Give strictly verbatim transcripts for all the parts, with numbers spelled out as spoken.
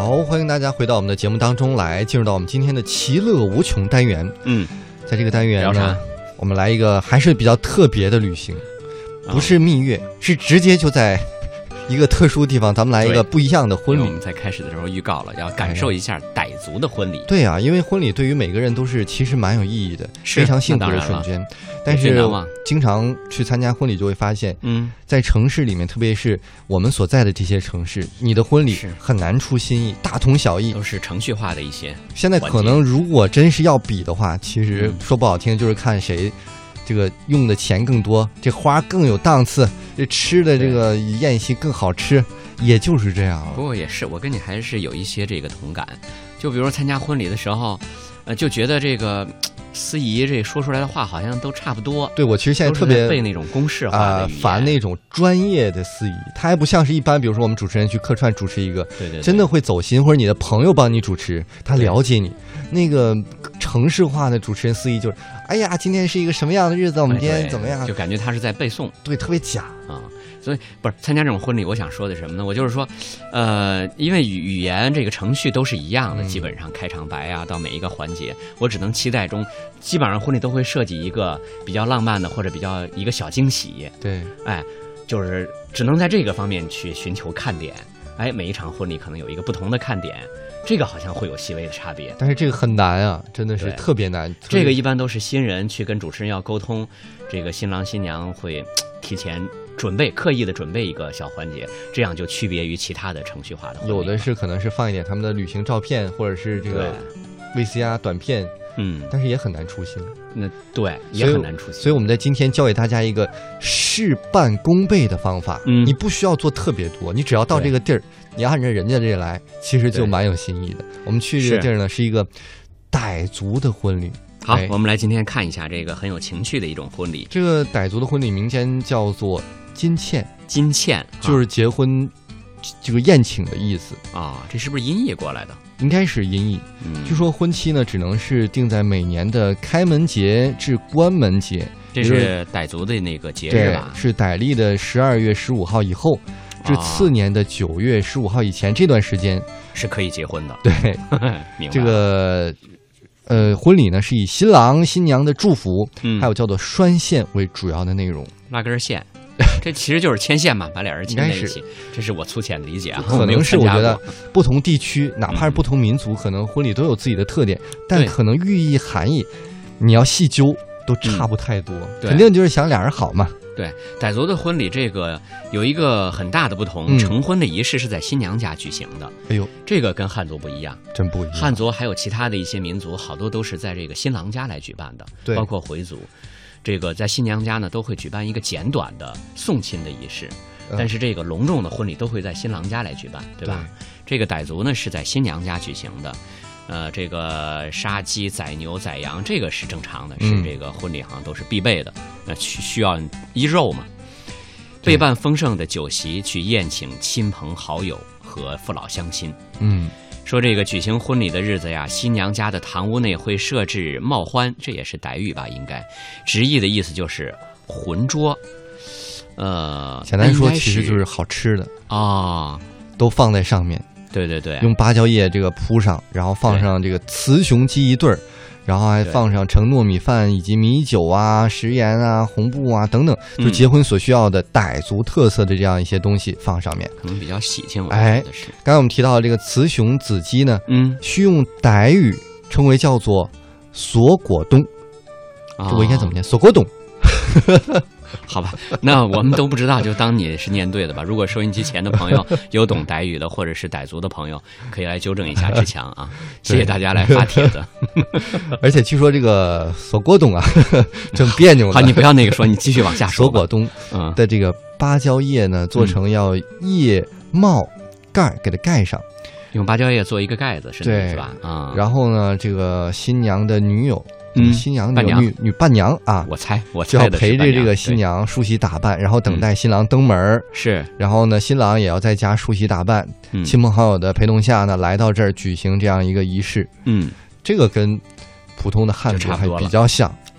好，欢迎大家回到我们的节目当中来，进入到我们今天的其乐无穷单元。 嗯， 在这个单元呢，我们来一个还是比较特别的旅行，不是蜜月，哦、是直接就在一个特殊地方，咱们来一个不一样的婚礼。 我们在开始的时候预告了，要感受一下傣族的婚礼。 对啊，因为婚礼对于每个人都是其实蛮有意义的，非常幸福的瞬间。但是经常去参加婚礼就会发现，嗯，在城市里面，特别是我们所在的这些城市，你的婚礼很难出新意，大同小异， 都是程序化的一些。 现在可能如果真是要比的话，其实说不好听，就是看谁这个用的钱更多，这花更有档次，这吃的这个宴席更好吃，也就是这样。 不过也是，我跟你还是有一些这个同感。就比如说参加婚礼的时候，呃，就觉得这个司仪这说出来的话好像都差不多。 对，我其实现在特别背那种公式化的语言， 呃、烦那种专业的司仪，他还不像是一般，比如说我们主持人去客串主持一个， 对 对, 对， 真的会走心，或者你的朋友帮你主持，他了解你。那个城市化的主持人司仪就是，哎呀，今天是一个什么样的日子？我们今天怎么样？ 就感觉他是在背诵， 对，特别假啊。所以不是参加这种婚礼，我想说的是什么呢？我就是说，呃，因为语语言这个程序都是一样的，嗯、基本上开场白啊，到每一个环节，我只能期待中，基本上婚礼都会设计一个比较浪漫的或者比较一个小惊喜。 对， 哎，就是只能在这个方面去寻求看点。哎，每一场婚礼可能有一个不同的看点。这个好像会有细微的差别， 但是这个很难啊，真的是特别难。 这个一般都是新人去跟主持人要沟通，这个新郎新娘会提前准备，刻意的准备一个小环节，这样就区别于其他的程序化的婚礼。 有的是可能是放一点他们的旅行照片，或者是这个 V C R 短片， 嗯， 但是也很难出新。 那对，也很难出新。 所以我们在今天教给大家一个事半功倍的方法。嗯，你不需要做特别多，你只要到这个地儿，你按照人家这来，其实就蛮有新意的。我们去这个地儿呢，是一个傣族的婚礼。 好，我们来今天看一下这个很有情趣的一种婚礼。 这个傣族的婚礼民间叫做金欠， 金欠就是结婚这个宴请的意思啊。这是不是音译过来的？ 应该是音译。嗯，据说婚期呢，只能是定在每年的开门节至关门节， 这是傣族的那个节日吧？ 是傣历的十二月十五号以后。至次年的九月十五号以前，这段时间是可以结婚的。 对， 明白。 这个呃，婚礼呢是以新郎新娘的祝福，嗯，还有叫做拴线为主要的内容。 拉根线，这其实就是牵线嘛，把俩人牵在一起。这是我粗浅的理解啊， 可能是我觉得不同地区，哪怕是不同民族，嗯、可能婚礼都有自己的特点，但可能寓意含义，你要细究都差不太多。嗯、肯定就是想俩人好嘛。 对，傣族的婚礼这个有一个很大的不同，嗯、成婚的仪式是在新娘家举行的。 哎呦， 这个跟汉族不一样， 真不一样。 汉族还有其他的一些民族，好多都是在这个新郎家来举办的， 对， 包括回族。这个在新娘家呢，都会举办一个简短的送亲的仪式，嗯、但是这个隆重的婚礼都会在新郎家来举办，对吧？对，这个傣族呢是在新娘家举行的。呃，这个杀鸡、宰牛、宰羊，这个是正常的，是这个婚礼好像都是必备的。那、呃、需要一肉嘛，备办丰盛的酒席去宴请亲朋好友和父老乡亲。 嗯， 说这个举行婚礼的日子呀，新娘家的堂屋内会设置帽欢，这也是傣语吧？应该直译的意思就是浑桌。呃， 简单说，其实就是好吃的啊、哦， 都放在上面。 对对对， 用芭蕉叶这个铺上，然后放上这个雌雄鸡一对儿，然后还放上盛糯米饭以及米酒啊、食盐啊、红布啊等等，就结婚所需要的傣族特色的这样一些东西放上面， 可能比较喜庆。 哎，刚才我们提到的这个雌雄子鸡呢， 嗯， 需用傣语称为叫做索果东，这我应该怎么念？索果东。 好吧，那我们都不知道，就当你是念对的吧。如果收音机前的朋友有懂傣语的，或者是傣族的朋友，可以来纠正一下志强啊。谢谢大家来发帖子。 而且据说这个索果东啊，真别扭了。 好，你不要那个说，你继续往下说。 索果东的这个芭蕉叶呢，做成要叶帽盖给它盖上， 用芭蕉叶做一个盖子，是对是吧？啊、 嗯，然后呢，这个新娘的女友。 嗯， 新娘伴娘女女伴娘啊， 我猜我就要陪着这个新娘梳洗打扮，然后等待新郎登门、嗯、 是， 然后呢，新郎也要在家梳洗打扮， 嗯、 亲朋好友的陪同下呢，来到这儿举行这样一个仪式。 嗯， 这个跟普通的汉族还比较像。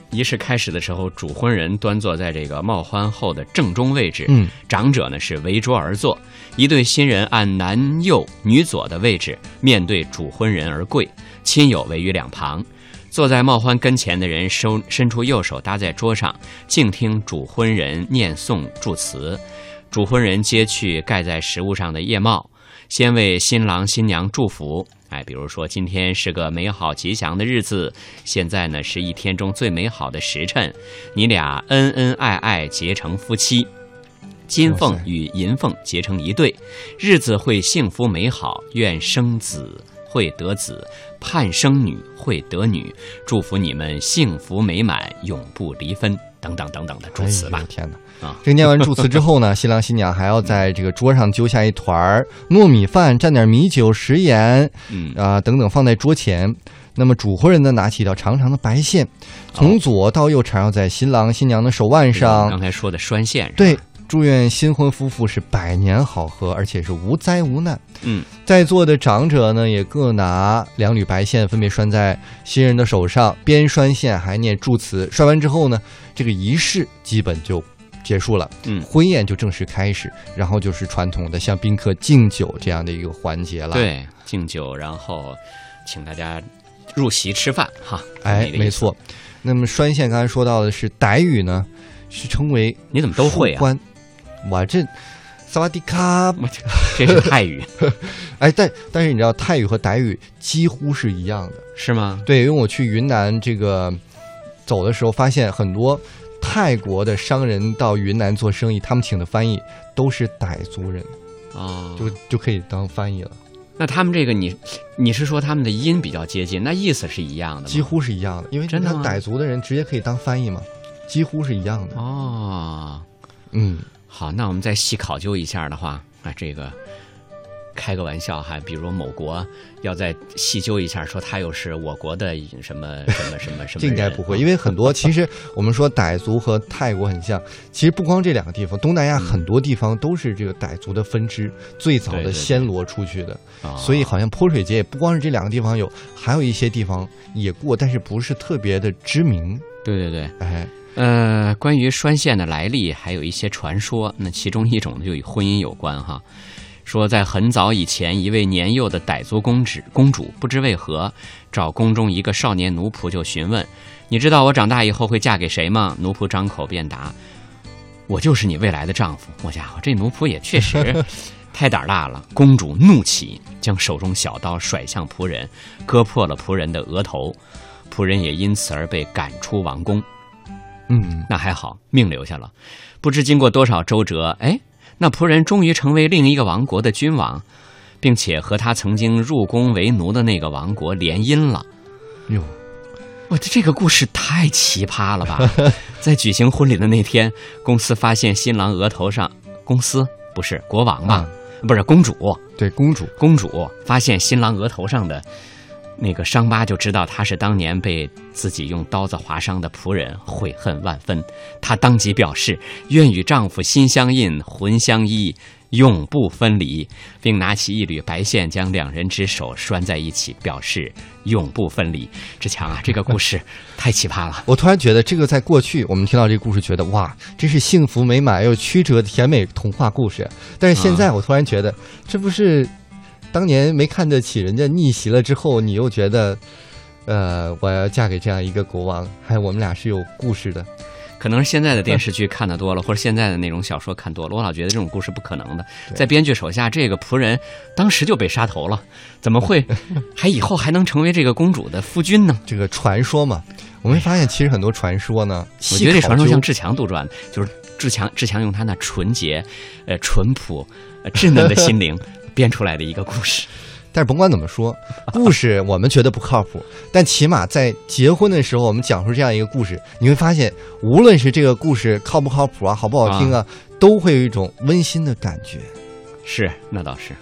仪式开始的时候，主婚人端坐在这个帽欢后的正中位置， 嗯， 长者呢是围桌而坐，一对新人按男右女左的位置面对主婚人而跪，亲友围于两旁。坐在帽欢跟前的人伸伸出右手搭在桌上，静听主婚人念诵祝词。主婚人揭去盖在食物上的叶帽，先为新郎新娘祝福。哎，比如说今天是个美好吉祥的日子，现在呢是一天中最美好的时辰，你俩恩恩爱爱结成夫妻，金凤与银凤结成一对，日子会幸福美好，愿生子会得子，盼生女会得女，祝福你们幸福美满，永不离分，等等等等的祝词吧。 哎、天哪！啊，这个念完祝词之后呢，新郎新娘还要在这个桌上揪下一团糯米饭，蘸点米酒、食盐，嗯啊等等放在桌前。那么主婚人呢，拿起一条长长的白线，从左到右缠绕在新郎新娘的手腕上。 哦、刚才说的拴线， 对，祝愿新婚夫妇是百年好合，而且是无灾无难。 嗯， 在座的长者呢，也各拿两缕白线，分别拴在新人的手上，边拴线还念祝词。拴完之后呢，这个仪式基本就结束了， 嗯， 婚宴就正式开始，然后就是传统的向宾客敬酒这样的一个环节了。 对，敬酒，然后请大家入席吃饭哈。 哎，没错。那么拴线刚才说到的是傣语呢，是称为你怎么都会啊？ 我这萨瓦迪卡， 这是泰语。 哎，但但是你知道泰语和傣语几乎是一样的， 是吗？ 对，因为我去云南这个走的时候，发现很多泰国的商人到云南做生意，他们请的翻译都是傣族人， 哦， 就就可以当翻译了。 那他们这个你你是说他们的音比较接近，那意思是一样的吗？ 几乎是一样的，因为真的傣族的人直接可以当翻译嘛，几乎是一样的。 哦， 嗯， 好，那我们再细考究一下的话，啊，这个开个玩笑哈，比如某国要再细究一下，说他又是我国的什么什么什么什么， 这应该不会，因为很多其实我们说傣族和泰国很像，其实不光这两个地方，东南亚很多地方都是这个傣族的分支，嗯、最早的暹罗出去的， 对对对， 所以好像泼水节也不光是这两个地方有，还有一些地方也过，但是不是特别的知名。 对对对， 哎。 呃，关于拴线的来历，还有一些传说。那其中一种就与婚姻有关哈。说在很早以前，一位年幼的傣族公主，公主不知为何找宫中一个少年奴仆，就询问：“你知道我长大以后会嫁给谁吗？”奴仆张口便答：“我就是你未来的丈夫。”我家伙，这奴仆也确实太胆大了。公主怒起，将手中小刀甩向仆人，割破了仆人的额头，仆人也因此而被赶出王宫。 嗯， 那还好，命留下了。不知经过多少周折，哎，那仆人终于成为另一个王国的君王，并且和他曾经入宫为奴的那个王国联姻了。 哟， 我的这个故事太奇葩了吧！在举行婚礼的那天，公司发现新郎额头上，公司不是国王吧？嗯、不是公主， 对，公主， 公主发现新郎额头上的那个伤疤，就知道他是当年被自己用刀子划伤的仆人，悔恨万分。她当即表示愿与丈夫心相印，魂相依，永不分离，并拿起一缕白线将两人之手拴在一起，表示永不分离。志强啊，这个故事太奇葩了。 我突然觉得这个在过去我们听到这个故事觉得哇，真是幸福美满又曲折的甜美童话故事，但是现在我突然觉得、嗯、这不是当年没看得起人家逆袭了之后，你又觉得呃，我要嫁给这样一个国王，还有我们俩是有故事的。 可能是现在的电视剧看得多了，或者现在的那种小说看多了，我老觉得这种故事不可能的。在编剧手下，这个仆人当时就被杀头了，怎么会还以后还能成为这个公主的夫君呢？ 这个传说嘛，我们发现其实很多传说呢， 我觉得这传说像志强杜撰，就是志强志强用他那纯洁、呃淳朴、呃稚嫩的心灵编出来的一个故事。 但是甭管怎么说，故事我们觉得不靠谱，但起码在结婚的时候我们讲述这样一个故事，你会发现无论是这个故事靠不靠谱啊，好不好听啊，啊都会有一种温馨的感觉。 是，那倒是。